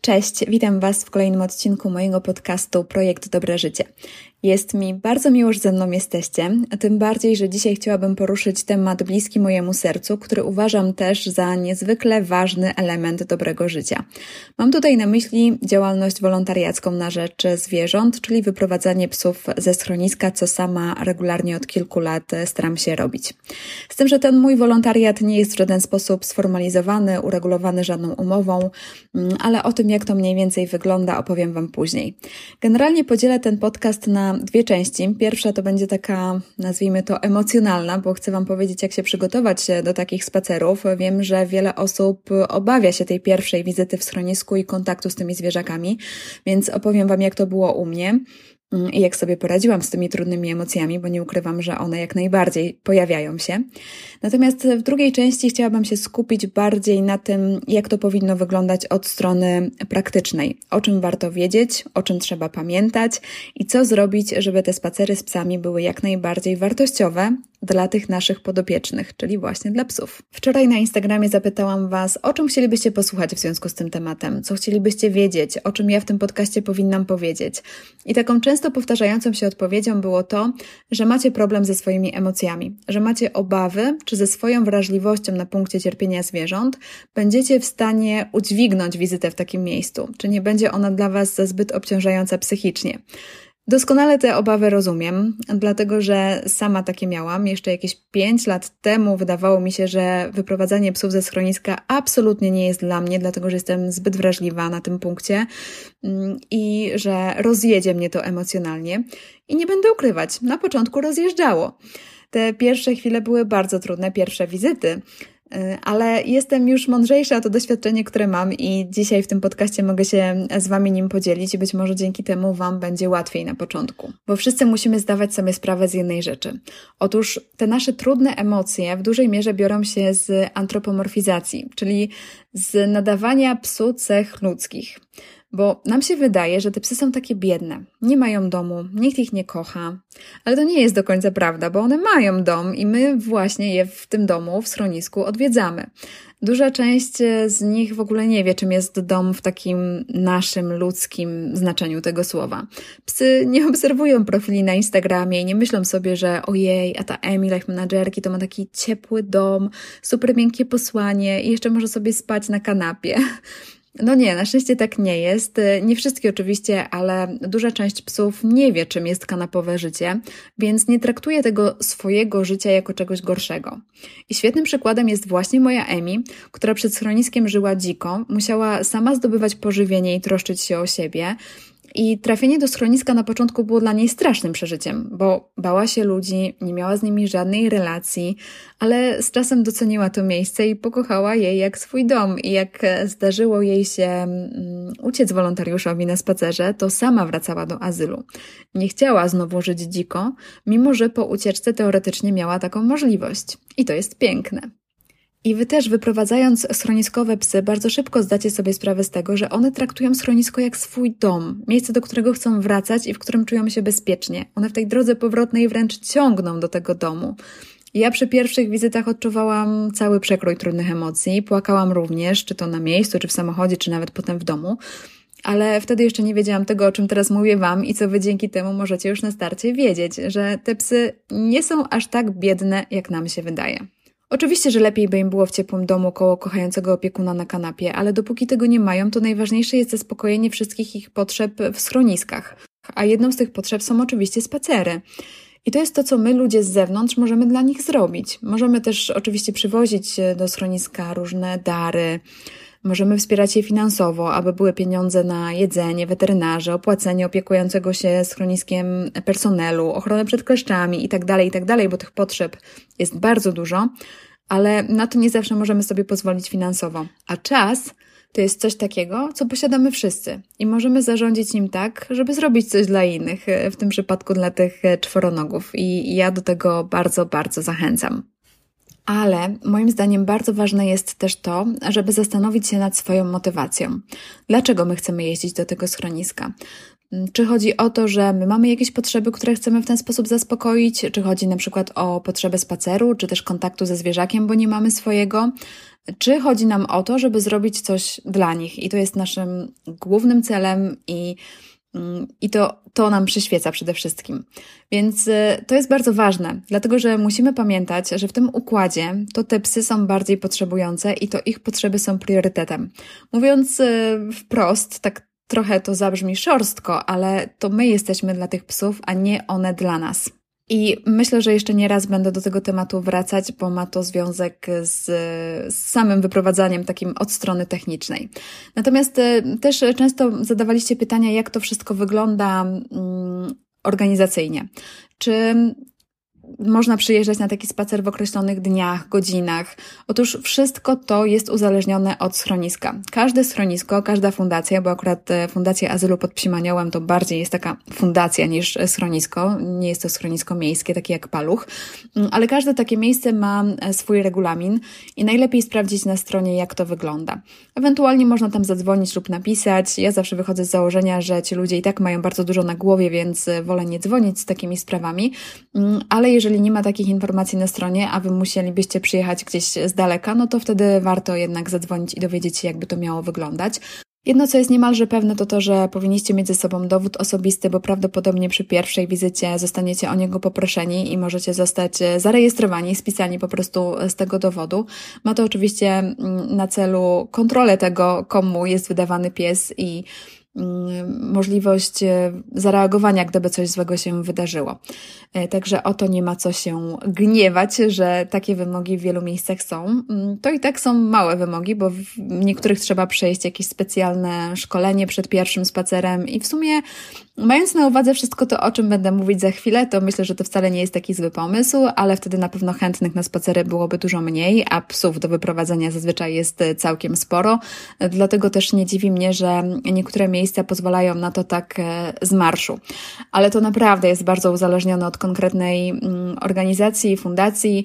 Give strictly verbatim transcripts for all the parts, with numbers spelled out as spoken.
Cześć, witam Was w kolejnym odcinku mojego podcastu Projekt Dobre Życie. Jest mi bardzo miło, że ze mną jesteście, a tym bardziej, że dzisiaj chciałabym poruszyć temat bliski mojemu sercu, który uważam też za niezwykle ważny element dobrego życia. Mam tutaj na myśli działalność wolontariacką na rzecz zwierząt, czyli wyprowadzanie psów ze schroniska, co sama regularnie od kilku lat staram się robić. Z tym, że ten mój wolontariat nie jest w żaden sposób sformalizowany, uregulowany żadną umową, ale o tym, jak to mniej więcej wygląda, opowiem Wam później. Generalnie podzielę ten podcast na dwie części. Pierwsza to będzie taka, nazwijmy to, emocjonalna, bo chcę Wam powiedzieć, jak się przygotować do takich spacerów. Wiem, że wiele osób obawia się tej pierwszej wizyty w schronisku i kontaktu z tymi zwierzakami, więc opowiem Wam, jak to było u mnie i jak sobie poradziłam z tymi trudnymi emocjami, bo nie ukrywam, że one jak najbardziej pojawiają się. Natomiast w drugiej części chciałabym się skupić bardziej na tym, jak to powinno wyglądać od strony praktycznej. O czym warto wiedzieć, o czym trzeba pamiętać i co zrobić, żeby te spacery z psami były jak najbardziej wartościowe dla tych naszych podopiecznych, czyli właśnie dla psów. Wczoraj na Instagramie zapytałam Was, o czym chcielibyście posłuchać w związku z tym tematem, co chcielibyście wiedzieć, o czym ja w tym podcaście powinnam powiedzieć. I taką często powtarzającą się odpowiedzią było to, że macie problem ze swoimi emocjami, że macie obawy, czy ze swoją wrażliwością na punkcie cierpienia zwierząt będziecie w stanie udźwignąć wizytę w takim miejscu, czy nie będzie ona dla Was za zbyt obciążająca psychicznie. Doskonale te obawy rozumiem, dlatego że sama takie miałam. Jeszcze jakieś pięć lat temu wydawało mi się, że wyprowadzanie psów ze schroniska absolutnie nie jest dla mnie, dlatego że jestem zbyt wrażliwa na tym punkcie i że rozjedzie mnie to emocjonalnie. I nie będę ukrywać, na początku rozjeżdżało. Te pierwsze chwile były bardzo trudne, pierwsze wizyty, ale jestem już mądrzejsza o to doświadczenie, które mam i dzisiaj w tym podcaście mogę się z Wami nim podzielić i być może dzięki temu Wam będzie łatwiej na początku. Bo wszyscy musimy zdawać sobie sprawę z jednej rzeczy. Otóż te nasze trudne emocje w dużej mierze biorą się z antropomorfizacji, czyli z nadawania psu cech ludzkich. Bo nam się wydaje, że te psy są takie biedne, nie mają domu, nikt ich nie kocha, ale to nie jest do końca prawda, bo one mają dom i my właśnie je w tym domu, w schronisku odwiedzamy. Duża część z nich w ogóle nie wie, czym jest dom w takim naszym ludzkim znaczeniu tego słowa. Psy nie obserwują profili na Instagramie i nie myślą sobie, że ojej, a ta Emi, life managerki, to ma taki ciepły dom, super miękkie posłanie i jeszcze może sobie spać na kanapie. No nie, na szczęście tak nie jest. Nie wszystkie oczywiście, ale duża część psów nie wie, czym jest kanapowe życie, więc nie traktuje tego swojego życia jako czegoś gorszego. I świetnym przykładem jest właśnie moja Emi, która przed schroniskiem żyła dziko, musiała sama zdobywać pożywienie i troszczyć się o siebie. I trafienie do schroniska na początku było dla niej strasznym przeżyciem, bo bała się ludzi, nie miała z nimi żadnej relacji, ale z czasem doceniła to miejsce i pokochała je jak swój dom. I jak zdarzyło jej się um, uciec wolontariuszowi na spacerze, to sama wracała do azylu. Nie chciała znowu żyć dziko, mimo że po ucieczce teoretycznie miała taką możliwość. I to jest piękne. I Wy też, wyprowadzając schroniskowe psy, bardzo szybko zdacie sobie sprawę z tego, że one traktują schronisko jak swój dom, miejsce, do którego chcą wracać i w którym czują się bezpiecznie. One w tej drodze powrotnej wręcz ciągną do tego domu. Ja przy pierwszych wizytach odczuwałam cały przekrój trudnych emocji, płakałam również, czy to na miejscu, czy w samochodzie, czy nawet potem w domu. Ale wtedy jeszcze nie wiedziałam tego, o czym teraz mówię Wam i co Wy dzięki temu możecie już na starcie wiedzieć, że te psy nie są aż tak biedne, jak nam się wydaje. Oczywiście, że lepiej by im było w ciepłym domu koło kochającego opiekuna na kanapie, ale dopóki tego nie mają, to najważniejsze jest zaspokojenie wszystkich ich potrzeb w schroniskach. A jedną z tych potrzeb są oczywiście spacery. I to jest to, co my, ludzie z zewnątrz, możemy dla nich zrobić. Możemy też oczywiście przywozić do schroniska różne dary, możemy wspierać je finansowo, aby były pieniądze na jedzenie, weterynarze, opłacenie opiekującego się schroniskiem personelu, ochronę przed kleszczami itd., itd., bo tych potrzeb jest bardzo dużo, ale na to nie zawsze możemy sobie pozwolić finansowo. A czas to jest coś takiego, co posiadamy wszyscy i możemy zarządzić nim tak, żeby zrobić coś dla innych, w tym przypadku dla tych czworonogów i ja do tego bardzo, bardzo zachęcam. Ale moim zdaniem bardzo ważne jest też to, żeby zastanowić się nad swoją motywacją. Dlaczego my chcemy jeździć do tego schroniska? Czy chodzi o to, że my mamy jakieś potrzeby, które chcemy w ten sposób zaspokoić? Czy chodzi na przykład o potrzebę spaceru, czy też kontaktu ze zwierzakiem, bo nie mamy swojego? Czy chodzi nam o to, żeby zrobić coś dla nich? I to jest naszym głównym celem i, i to, to nam przyświeca przede wszystkim. Więc to jest bardzo ważne, dlatego że musimy pamiętać, że w tym układzie to te psy są bardziej potrzebujące i to ich potrzeby są priorytetem. Mówiąc wprost, tak trochę to zabrzmi szorstko, ale to my jesteśmy dla tych psów, a nie one dla nas. I myślę, że jeszcze nie raz będę do tego tematu wracać, bo ma to związek z, z samym wyprowadzaniem takim od strony technicznej. Natomiast też często zadawaliście pytania, jak to wszystko wygląda mm, organizacyjnie. Czy można przyjeżdżać na taki spacer w określonych dniach, godzinach. Otóż wszystko to jest uzależnione od schroniska. Każde schronisko, każda fundacja, bo akurat Fundacja Azylu pod Psim Aniołem to bardziej jest taka fundacja niż schronisko. Nie jest to schronisko miejskie, takie jak Paluch. Ale każde takie miejsce ma swój regulamin i najlepiej sprawdzić na stronie, jak to wygląda. Ewentualnie można tam zadzwonić lub napisać. Ja zawsze wychodzę z założenia, że ci ludzie i tak mają bardzo dużo na głowie, więc wolę nie dzwonić z takimi sprawami. Ale jeżeli nie ma takich informacji na stronie, a wy musielibyście przyjechać gdzieś z daleka, no to wtedy warto jednak zadzwonić i dowiedzieć się, jakby to miało wyglądać. Jedno, co jest niemalże pewne, to to, że powinniście mieć ze sobą dowód osobisty, bo prawdopodobnie przy pierwszej wizycie zostaniecie o niego poproszeni i możecie zostać zarejestrowani, spisani po prostu z tego dowodu. Ma to oczywiście na celu kontrolę tego, komu jest wydawany pies i możliwość zareagowania, gdyby coś złego się wydarzyło. Także o to nie ma co się gniewać, że takie wymogi w wielu miejscach są. To i tak są małe wymogi, bo w niektórych trzeba przejść jakieś specjalne szkolenie przed pierwszym spacerem i w sumie mając na uwadze wszystko to, o czym będę mówić za chwilę, to myślę, że to wcale nie jest taki zły pomysł, ale wtedy na pewno chętnych na spacery byłoby dużo mniej, a psów do wyprowadzenia zazwyczaj jest całkiem sporo. Dlatego też nie dziwi mnie, że niektóre miejsca pozwalają na to tak z marszu. Ale to naprawdę jest bardzo uzależnione od konkretnej organizacji, fundacji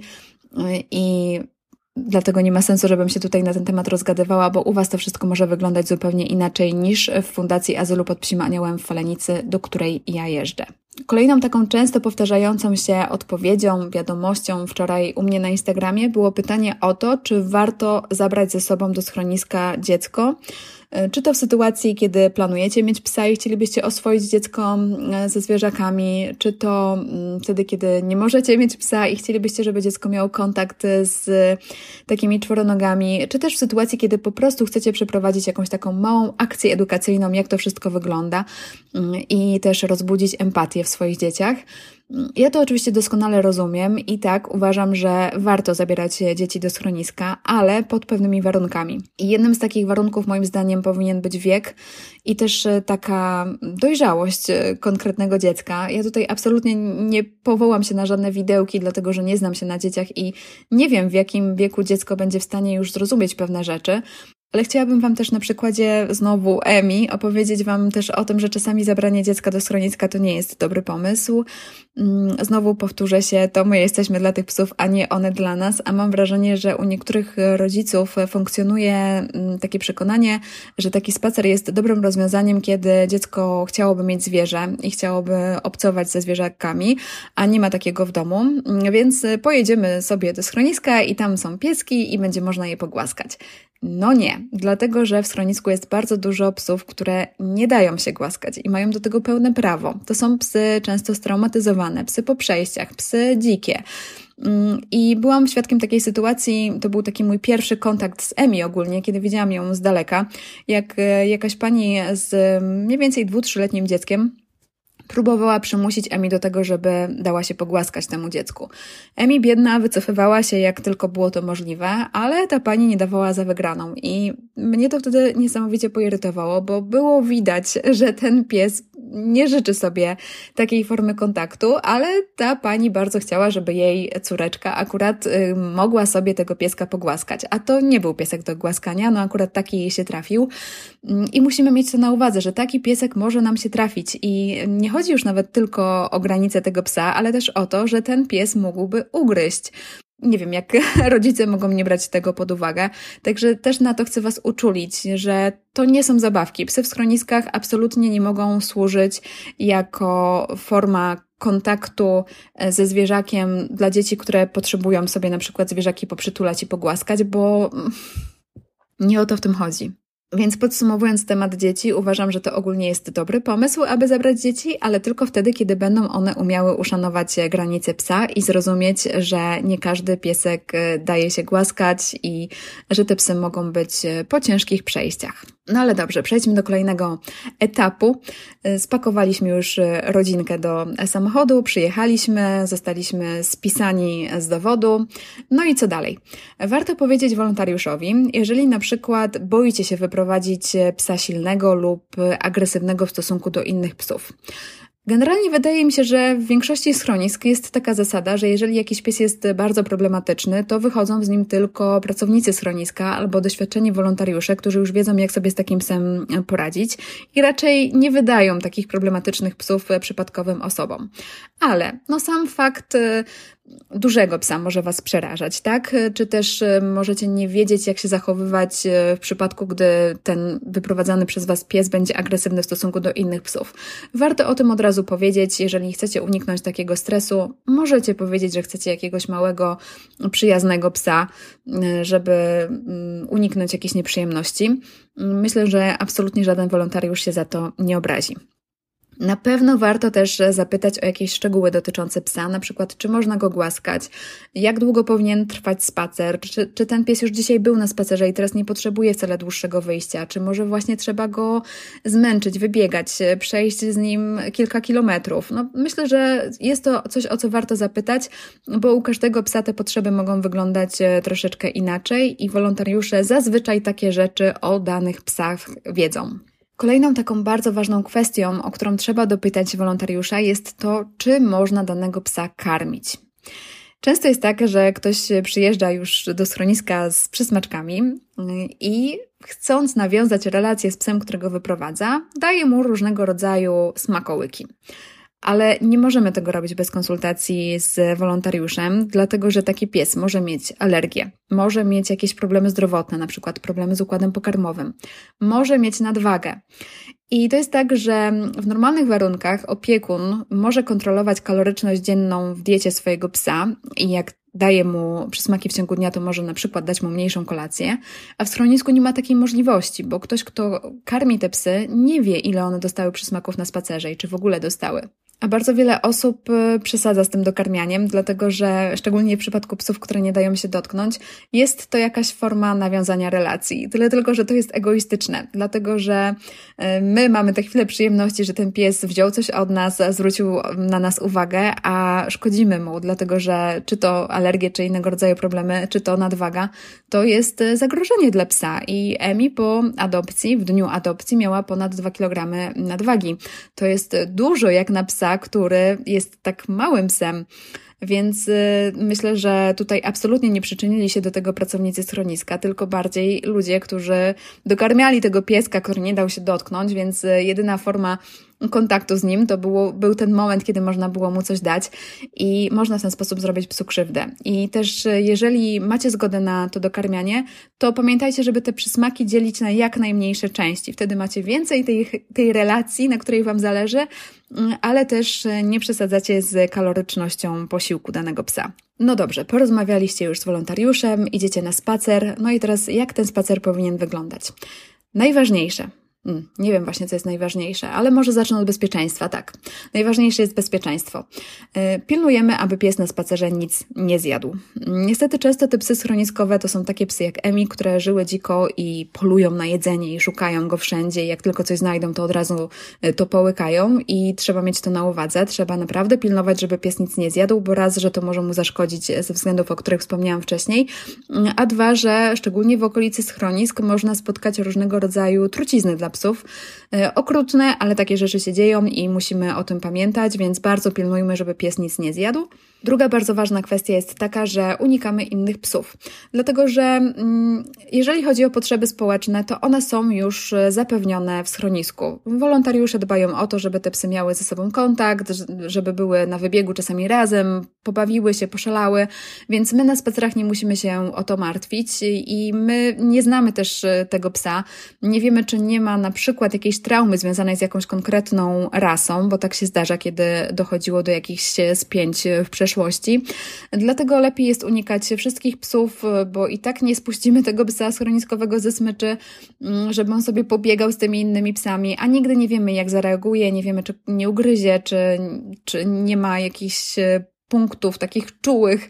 i dlatego nie ma sensu, żebym się tutaj na ten temat rozgadywała, bo u Was to wszystko może wyglądać zupełnie inaczej niż w Fundacji Azylu pod Psim Aniołem w Falenicy, do której ja jeżdżę. Kolejną taką często powtarzającą się odpowiedzią, wiadomością wczoraj u mnie na Instagramie było pytanie o to, czy warto zabrać ze sobą do schroniska dziecko, czy to w sytuacji, kiedy planujecie mieć psa i chcielibyście oswoić dziecko ze zwierzakami, czy to wtedy, kiedy nie możecie mieć psa i chcielibyście, żeby dziecko miało kontakt z takimi czworonogami, czy też w sytuacji, kiedy po prostu chcecie przeprowadzić jakąś taką małą akcję edukacyjną, jak to wszystko wygląda i też rozbudzić empatię w swoich dzieciach. Ja to oczywiście doskonale rozumiem i tak uważam, że warto zabierać dzieci do schroniska, ale pod pewnymi warunkami. I jednym z takich warunków moim zdaniem powinien być wiek i też taka dojrzałość konkretnego dziecka. Ja tutaj absolutnie nie powołam się na żadne widełki, dlatego że nie znam się na dzieciach i nie wiem, w jakim wieku dziecko będzie w stanie już zrozumieć pewne rzeczy. Ale chciałabym Wam też na przykładzie znowu Emi opowiedzieć Wam też o tym, że czasami zabranie dziecka do schroniska to nie jest dobry pomysł. Znowu powtórzę się, to my jesteśmy dla tych psów, a nie one dla nas, a mam wrażenie, że u niektórych rodziców funkcjonuje takie przekonanie, że taki spacer jest dobrym rozwiązaniem, kiedy dziecko chciałoby mieć zwierzę i chciałoby obcować ze zwierzakami, a nie ma takiego w domu, więc pojedziemy sobie do schroniska i tam są pieski i będzie można je pogłaskać. No nie, dlatego że w schronisku jest bardzo dużo psów, które nie dają się głaskać i mają do tego pełne prawo. To są psy często straumatyzowane, psy po przejściach, psy dzikie. I byłam świadkiem takiej sytuacji, to był taki mój pierwszy kontakt z Emi ogólnie, kiedy widziałam ją z daleka, jak jakaś pani z mniej więcej dwu, trzyletnim dzieckiem próbowała przymusić Emi do tego, żeby dała się pogłaskać temu dziecku. Emi biedna wycofywała się jak tylko było to możliwe, ale ta pani nie dawała za wygraną i mnie to wtedy niesamowicie poirytowało, bo było widać, że ten pies nie życzy sobie takiej formy kontaktu, ale ta pani bardzo chciała, żeby jej córeczka akurat y, mogła sobie tego pieska pogłaskać, a to nie był piesek do głaskania, no akurat taki jej się trafił i musimy mieć to na uwadze, że taki piesek może nam się trafić i nie chodzi już nawet tylko o granicę tego psa, ale też o to, że ten pies mógłby ugryźć. nie wiem, jak rodzice mogą nie brać tego pod uwagę. Także też na to chcę Was uczulić, że to nie są zabawki. Psy w schroniskach absolutnie nie mogą służyć jako forma kontaktu ze zwierzakiem dla dzieci, które potrzebują sobie na przykład zwierzaki poprzytulać i pogłaskać, bo nie o to w tym chodzi. Więc podsumowując temat dzieci, uważam, że to ogólnie jest dobry pomysł, aby zabrać dzieci, ale tylko wtedy, kiedy będą one umiały uszanować granice psa i zrozumieć, że nie każdy piesek daje się głaskać i że te psy mogą być po ciężkich przejściach. No ale dobrze, przejdźmy do kolejnego etapu. Spakowaliśmy już rodzinkę do samochodu, przyjechaliśmy, zostaliśmy spisani z dowodu. No i co dalej? Warto powiedzieć wolontariuszowi, jeżeli na przykład boicie się wyprowadzić psa silnego lub agresywnego w stosunku do innych psów. Generalnie wydaje mi się, że w większości schronisk jest taka zasada, że jeżeli jakiś pies jest bardzo problematyczny, to wychodzą z nim tylko pracownicy schroniska albo doświadczeni wolontariusze, którzy już wiedzą, jak sobie z takim psem poradzić i raczej nie wydają takich problematycznych psów przypadkowym osobom. Ale no sam fakt dużego psa może Was przerażać, tak? Czy też możecie nie wiedzieć, jak się zachowywać w przypadku, gdy ten wyprowadzany przez Was pies będzie agresywny w stosunku do innych psów. Warto o tym od razu powiedzieć, jeżeli chcecie uniknąć takiego stresu, możecie powiedzieć, że chcecie jakiegoś małego, przyjaznego psa, żeby uniknąć jakichś nieprzyjemności. Myślę, że absolutnie żaden wolontariusz się za to nie obrazi. Na pewno warto też zapytać o jakieś szczegóły dotyczące psa, na przykład czy można go głaskać, jak długo powinien trwać spacer, czy, czy ten pies już dzisiaj był na spacerze i teraz nie potrzebuje wcale dłuższego wyjścia, czy może właśnie trzeba go zmęczyć, wybiegać, przejść z nim kilka kilometrów. No, myślę, że jest to coś, o co warto zapytać, bo u każdego psa te potrzeby mogą wyglądać troszeczkę inaczej i wolontariusze zazwyczaj takie rzeczy o danych psach wiedzą. Kolejną taką bardzo ważną kwestią, o którą trzeba dopytać wolontariusza, jest to, czy można danego psa karmić. Często jest tak, że ktoś przyjeżdża już do schroniska z przysmaczkami i chcąc nawiązać relację z psem, którego wyprowadza, daje mu różnego rodzaju smakołyki. Ale nie możemy tego robić bez konsultacji z wolontariuszem, dlatego że taki pies może mieć alergię, może mieć jakieś problemy zdrowotne, na przykład problemy z układem pokarmowym, może mieć nadwagę. I to jest tak, że w normalnych warunkach opiekun może kontrolować kaloryczność dzienną w diecie swojego psa i jak daje mu przysmaki w ciągu dnia, to może na przykład dać mu mniejszą kolację, a w schronisku nie ma takiej możliwości, bo ktoś, kto karmi te psy, nie wie, ile one dostały przysmaków na spacerze i czy w ogóle dostały. A bardzo wiele osób przesadza z tym dokarmianiem, dlatego że szczególnie w przypadku psów, które nie dają się dotknąć, jest to jakaś forma nawiązania relacji. Tyle tylko, że to jest egoistyczne, dlatego że my mamy te chwile przyjemności, że ten pies wziął coś od nas, zwrócił na nas uwagę, a szkodzimy mu, dlatego że czy to alergie, czy innego rodzaju problemy, czy to nadwaga, to jest zagrożenie dla psa. I Emi po adopcji, w dniu adopcji miała ponad dwa kilogramy nadwagi. To jest dużo jak na psa, który jest tak małym psem, więc myślę, że tutaj absolutnie nie przyczynili się do tego pracownicy schroniska, tylko bardziej ludzie, którzy dokarmiali tego pieska, który nie dał się dotknąć, więc jedyna forma kontaktu z nim to było, był ten moment, kiedy można było mu coś dać i można w ten sposób zrobić psu krzywdę. I też jeżeli macie zgodę na to dokarmianie, to pamiętajcie, żeby te przysmaki dzielić na jak najmniejsze części. Wtedy macie więcej tej, tej relacji, na której Wam zależy, ale też nie przesadzacie z kalorycznością posiłku danego psa. No dobrze, porozmawialiście już z wolontariuszem, idziecie na spacer, no i teraz jak ten spacer powinien wyglądać? Najważniejsze. Hmm, nie wiem właśnie, co jest najważniejsze, ale może zacznę od bezpieczeństwa, tak. Najważniejsze jest bezpieczeństwo. Yy, pilnujemy, aby pies na spacerze nic nie zjadł. Niestety często te psy schroniskowe to są takie psy jak Emi, które żyły dziko i polują na jedzenie i szukają go wszędzie. Jak tylko coś znajdą, to od razu to połykają i trzeba mieć to na uwadze. Trzeba naprawdę pilnować, żeby pies nic nie zjadł, bo raz, że to może mu zaszkodzić ze względów, o których wspomniałam wcześniej, a dwa, że szczególnie w okolicy schronisk można spotkać różnego rodzaju trucizny dla psów. Okrutne, ale takie rzeczy się dzieją i musimy o tym pamiętać, więc bardzo pilnujmy, żeby pies nic nie zjadł. Druga bardzo ważna kwestia jest taka, że unikamy innych psów, dlatego że mm, jeżeli chodzi o potrzeby społeczne, to one są już zapewnione w schronisku. Wolontariusze dbają o to, żeby te psy miały ze sobą kontakt, żeby były na wybiegu czasami razem, pobawiły się, poszalały, więc my na spacerach nie musimy się o to martwić i my nie znamy też tego psa. Nie wiemy, czy nie ma na przykład jakiejś traumy związanej z jakąś konkretną rasą, bo tak się zdarza, kiedy dochodziło do jakichś spięć w przeszłości. Dlatego lepiej jest unikać wszystkich psów, bo i tak nie spuścimy tego psa schroniskowego ze smyczy, żeby on sobie pobiegał z tymi innymi psami, a nigdy nie wiemy, jak zareaguje, nie wiemy, czy nie ugryzie, czy, czy nie ma jakichś punktów takich czułych,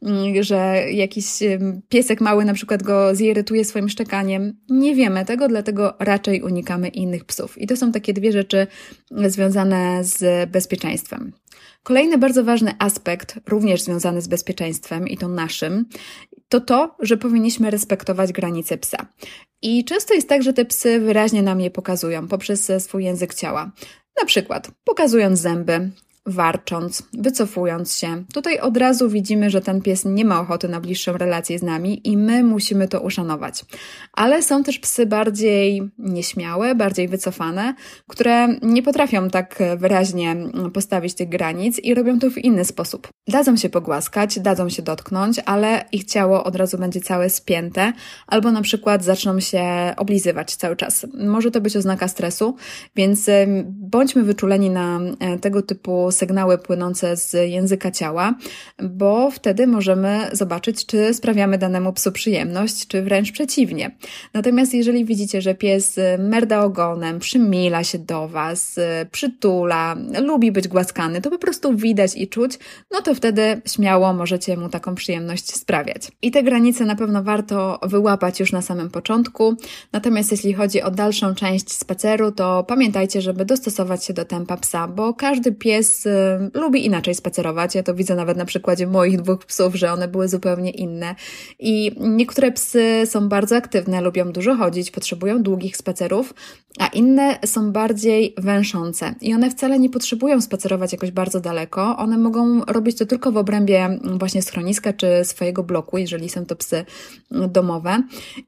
że jakiś piesek mały na przykład go zirytuje swoim szczekaniem. Nie wiemy tego, dlatego raczej unikamy innych psów. I to są takie dwie rzeczy związane z bezpieczeństwem. Kolejny bardzo ważny aspekt, również związany z bezpieczeństwem i to naszym, to to, że powinniśmy respektować granice psa. I często jest tak, że te psy wyraźnie nam je pokazują poprzez swój język ciała. Na przykład pokazując zęby, warcząc, wycofując się. Tutaj od razu widzimy, że ten pies nie ma ochoty na bliższą relację z nami i my musimy to uszanować. Ale są też psy bardziej nieśmiałe, bardziej wycofane, które nie potrafią tak wyraźnie postawić tych granic i robią to w inny sposób. Dadzą się pogłaskać, dadzą się dotknąć, ale ich ciało od razu będzie całe spięte, albo na przykład zaczną się oblizywać cały czas. Może to być oznaka stresu, więc bądźmy wyczuleni na tego typu sygnały płynące z języka ciała, bo wtedy możemy zobaczyć, czy sprawiamy danemu psu przyjemność, czy wręcz przeciwnie. Natomiast jeżeli widzicie, że pies merda ogonem, przymila się do Was, przytula, lubi być głaskany, to po prostu widać i czuć, no to wtedy śmiało możecie mu taką przyjemność sprawiać. I te granice na pewno warto wyłapać już na samym początku, natomiast jeśli chodzi o dalszą część spaceru, to pamiętajcie, żeby dostosować się do tempa psa, bo każdy pies lubi inaczej spacerować. Ja to widzę nawet na przykładzie moich dwóch psów, że one były zupełnie inne. I niektóre psy są bardzo aktywne, lubią dużo chodzić, potrzebują długich spacerów, a inne są bardziej węszące. I one wcale nie potrzebują spacerować jakoś bardzo daleko. One mogą robić to tylko w obrębie właśnie schroniska czy swojego bloku, jeżeli są to psy domowe.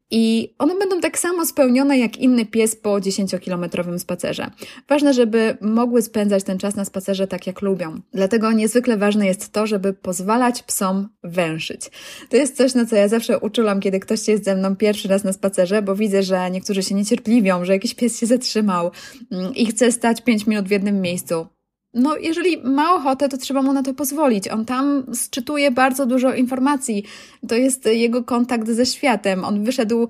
I one będą tak samo spełnione jak inny pies po dziesięciokilometrowym spacerze. Ważne, żeby mogły spędzać ten czas na spacerze tak jak lubią. Dlatego niezwykle ważne jest to, żeby pozwalać psom węszyć. To jest coś, na co ja zawsze uczulam, kiedy ktoś jest ze mną pierwszy raz na spacerze, bo widzę, że niektórzy się niecierpliwią, że jakiś pies się zatrzymał i chce stać pięć minut w jednym miejscu. No, jeżeli ma ochotę, to trzeba mu na to pozwolić. On tam sczytuje bardzo dużo informacji. To jest jego kontakt ze światem. On wyszedł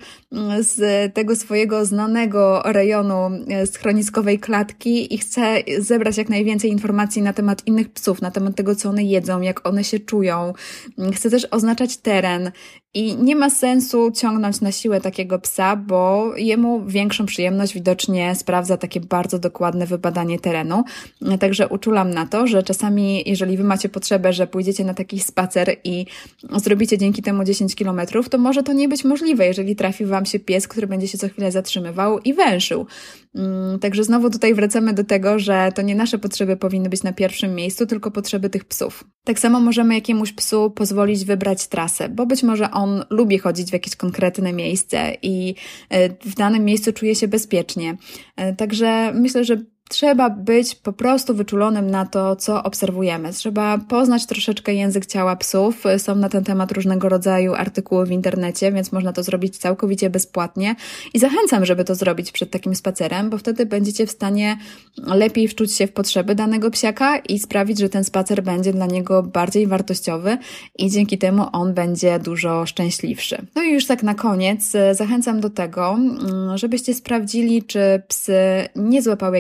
z tego swojego znanego rejonu schroniskowej klatki i chce zebrać jak najwięcej informacji na temat innych psów, na temat tego, co one jedzą, jak one się czują. Chce też oznaczać teren. I nie ma sensu ciągnąć na siłę takiego psa, bo jemu większą przyjemność widocznie sprawdza takie bardzo dokładne wybadanie terenu. Także uczulam na to, że czasami, jeżeli Wy macie potrzebę, że pójdziecie na taki spacer i zrobicie dzięki temu dziesięć kilometrów, to może to nie być możliwe, jeżeli trafi Wam się pies, który będzie się co chwilę zatrzymywał i węszył. Także znowu tutaj wracamy do tego, że to nie nasze potrzeby powinny być na pierwszym miejscu, tylko potrzeby tych psów. Tak samo możemy jakiemuś psu pozwolić wybrać trasę, bo być może on lubi chodzić w jakieś konkretne miejsce i w danym miejscu czuje się bezpiecznie. Także myślę, że trzeba być po prostu wyczulonym na to, co obserwujemy. Trzeba poznać troszeczkę język ciała psów. Są na ten temat różnego rodzaju artykuły w internecie, więc można to zrobić całkowicie bezpłatnie. I zachęcam, żeby to zrobić przed takim spacerem, bo wtedy będziecie w stanie lepiej wczuć się w potrzeby danego psiaka i sprawić, że ten spacer będzie dla niego bardziej wartościowy i dzięki temu on będzie dużo szczęśliwszy. No i już tak na koniec zachęcam do tego, żebyście sprawdzili, czy psy nie złapały jakiegoś klęska,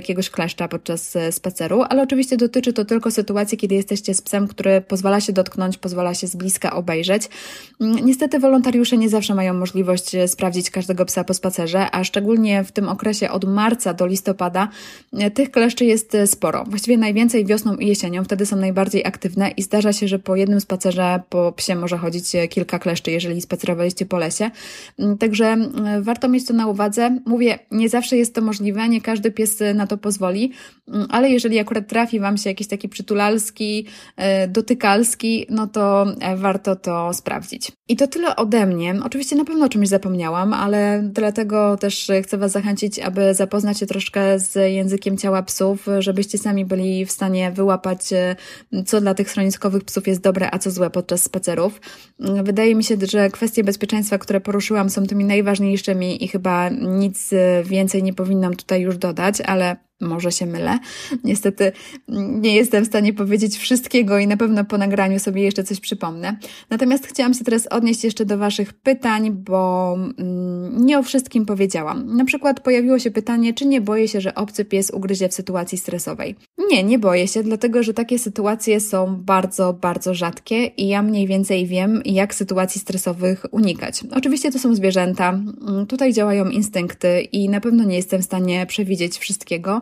kleszcza podczas spaceru, ale oczywiście dotyczy to tylko sytuacji, kiedy jesteście z psem, który pozwala się dotknąć, pozwala się z bliska obejrzeć. Niestety wolontariusze nie zawsze mają możliwość sprawdzić każdego psa po spacerze, a szczególnie w tym okresie od marca do listopada tych kleszczy jest sporo. Właściwie najwięcej wiosną i jesienią, wtedy są najbardziej aktywne i zdarza się, że po jednym spacerze po psie może chodzić kilka kleszczy, jeżeli spacerowaliście po lesie. Także warto mieć to na uwadze. Mówię, nie zawsze jest to możliwe, nie każdy pies na to pozwoli, ale jeżeli akurat trafi Wam się jakiś taki przytulalski, dotykalski, no to warto to sprawdzić. I to tyle ode mnie. Oczywiście na pewno o czymś zapomniałam, ale dlatego też chcę Was zachęcić, aby zapoznać się troszkę z językiem ciała psów, żebyście sami byli w stanie wyłapać, co dla tych schroniskowych psów jest dobre, a co złe podczas spacerów. Wydaje mi się, że kwestie bezpieczeństwa, które poruszyłam, są tymi najważniejszymi i chyba nic więcej nie powinnam tutaj już dodać, ale może się mylę. Niestety nie jestem w stanie powiedzieć wszystkiego i na pewno po nagraniu sobie jeszcze coś przypomnę. Natomiast chciałam się teraz odnieść jeszcze do Waszych pytań, bo mm, nie o wszystkim powiedziałam. Na przykład pojawiło się pytanie, czy nie boję się, że obcy pies ugryzie w sytuacji stresowej. Nie, nie boję się, dlatego że takie sytuacje są bardzo, bardzo rzadkie i ja mniej więcej wiem, jak sytuacji stresowych unikać. Oczywiście to są zwierzęta, tutaj działają instynkty i na pewno nie jestem w stanie przewidzieć wszystkiego,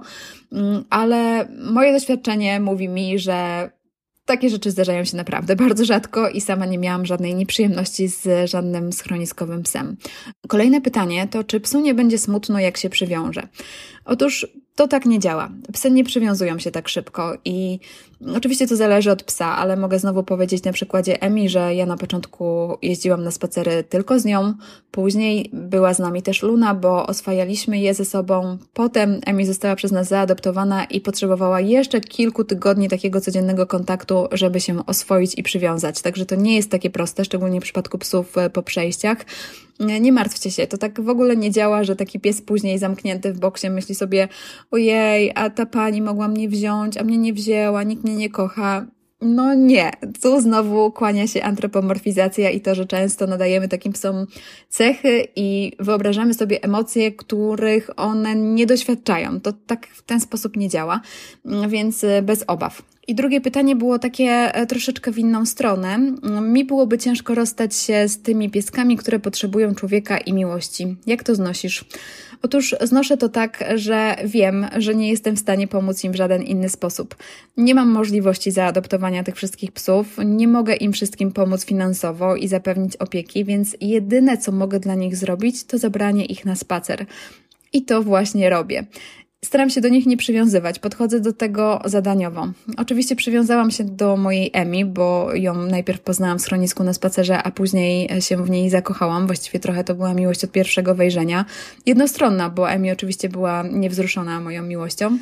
ale moje doświadczenie mówi mi, że takie rzeczy zdarzają się naprawdę bardzo rzadko i sama nie miałam żadnej nieprzyjemności z żadnym schroniskowym psem. Kolejne pytanie to, czy psu nie będzie smutno, jak się przywiąże? Otóż to tak nie działa. Psy nie przywiązują się tak szybko i oczywiście to zależy od psa, ale mogę znowu powiedzieć na przykładzie Emi, że ja na początku jeździłam na spacery tylko z nią, później była z nami też Luna, bo oswajaliśmy je ze sobą. Potem Emi została przez nas zaadoptowana i potrzebowała jeszcze kilku tygodni takiego codziennego kontaktu, żeby się oswoić i przywiązać. Także to nie jest takie proste, szczególnie w przypadku psów po przejściach. Nie martwcie się, to tak w ogóle nie działa, że taki pies później zamknięty w boksie myśli sobie: ojej, a ta pani mogła mnie wziąć, a mnie nie wzięła, nikt mnie nie kocha. No nie, tu znowu kłania się antropomorfizacja i to, że często nadajemy takim psom cechy i wyobrażamy sobie emocje, których one nie doświadczają. To tak w ten sposób nie działa, więc bez obaw. I drugie pytanie było takie troszeczkę w inną stronę. Mi byłoby ciężko rozstać się z tymi pieskami, które potrzebują człowieka i miłości. Jak to znosisz? Otóż znoszę to tak, że wiem, że nie jestem w stanie pomóc im w żaden inny sposób. Nie mam możliwości zaadoptowania tych wszystkich psów, nie mogę im wszystkim pomóc finansowo i zapewnić opieki, więc jedyne, co mogę dla nich zrobić, to zabranie ich na spacer. I to właśnie robię. Staram się do nich nie przywiązywać, podchodzę do tego zadaniowo. Oczywiście przywiązałam się do mojej Emi, bo ją najpierw poznałam w schronisku na spacerze, a później się w niej zakochałam. Właściwie trochę to była miłość od pierwszego wejrzenia. Jednostronna, bo Emi oczywiście była niewzruszona moją miłością,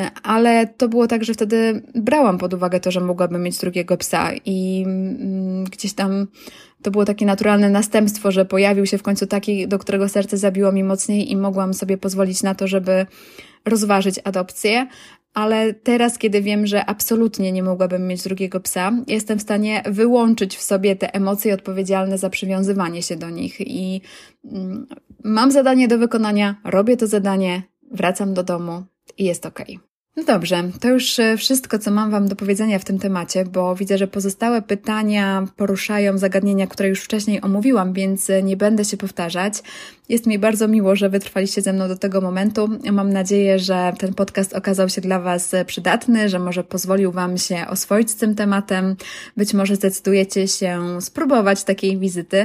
ale to było tak, że wtedy brałam pod uwagę to, że mogłabym mieć drugiego psa i gdzieś tam to było takie naturalne następstwo, że pojawił się w końcu taki, do którego serce zabiło mi mocniej i mogłam sobie pozwolić na to, żeby rozważyć adopcję, ale teraz, kiedy wiem, że absolutnie nie mogłabym mieć drugiego psa, jestem w stanie wyłączyć w sobie te emocje odpowiedzialne za przywiązywanie się do nich i mm, mam zadanie do wykonania, robię to zadanie, wracam do domu i jest okej. No dobrze, to już wszystko, co mam Wam do powiedzenia w tym temacie, bo widzę, że pozostałe pytania poruszają zagadnienia, które już wcześniej omówiłam, więc nie będę się powtarzać. Jest mi bardzo miło, że wytrwaliście ze mną do tego momentu. Mam nadzieję, że ten podcast okazał się dla Was przydatny, że może pozwolił Wam się oswoić z tym tematem. Być może zdecydujecie się spróbować takiej wizyty.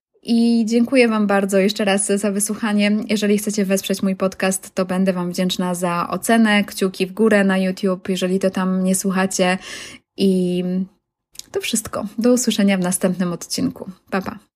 I dziękuję Wam bardzo jeszcze raz za wysłuchanie. Jeżeli chcecie wesprzeć mój podcast, to będę Wam wdzięczna za ocenę, kciuki w górę na YouTube, jeżeli to tam mnie słuchacie. I to wszystko. Do usłyszenia w następnym odcinku. Pa, pa.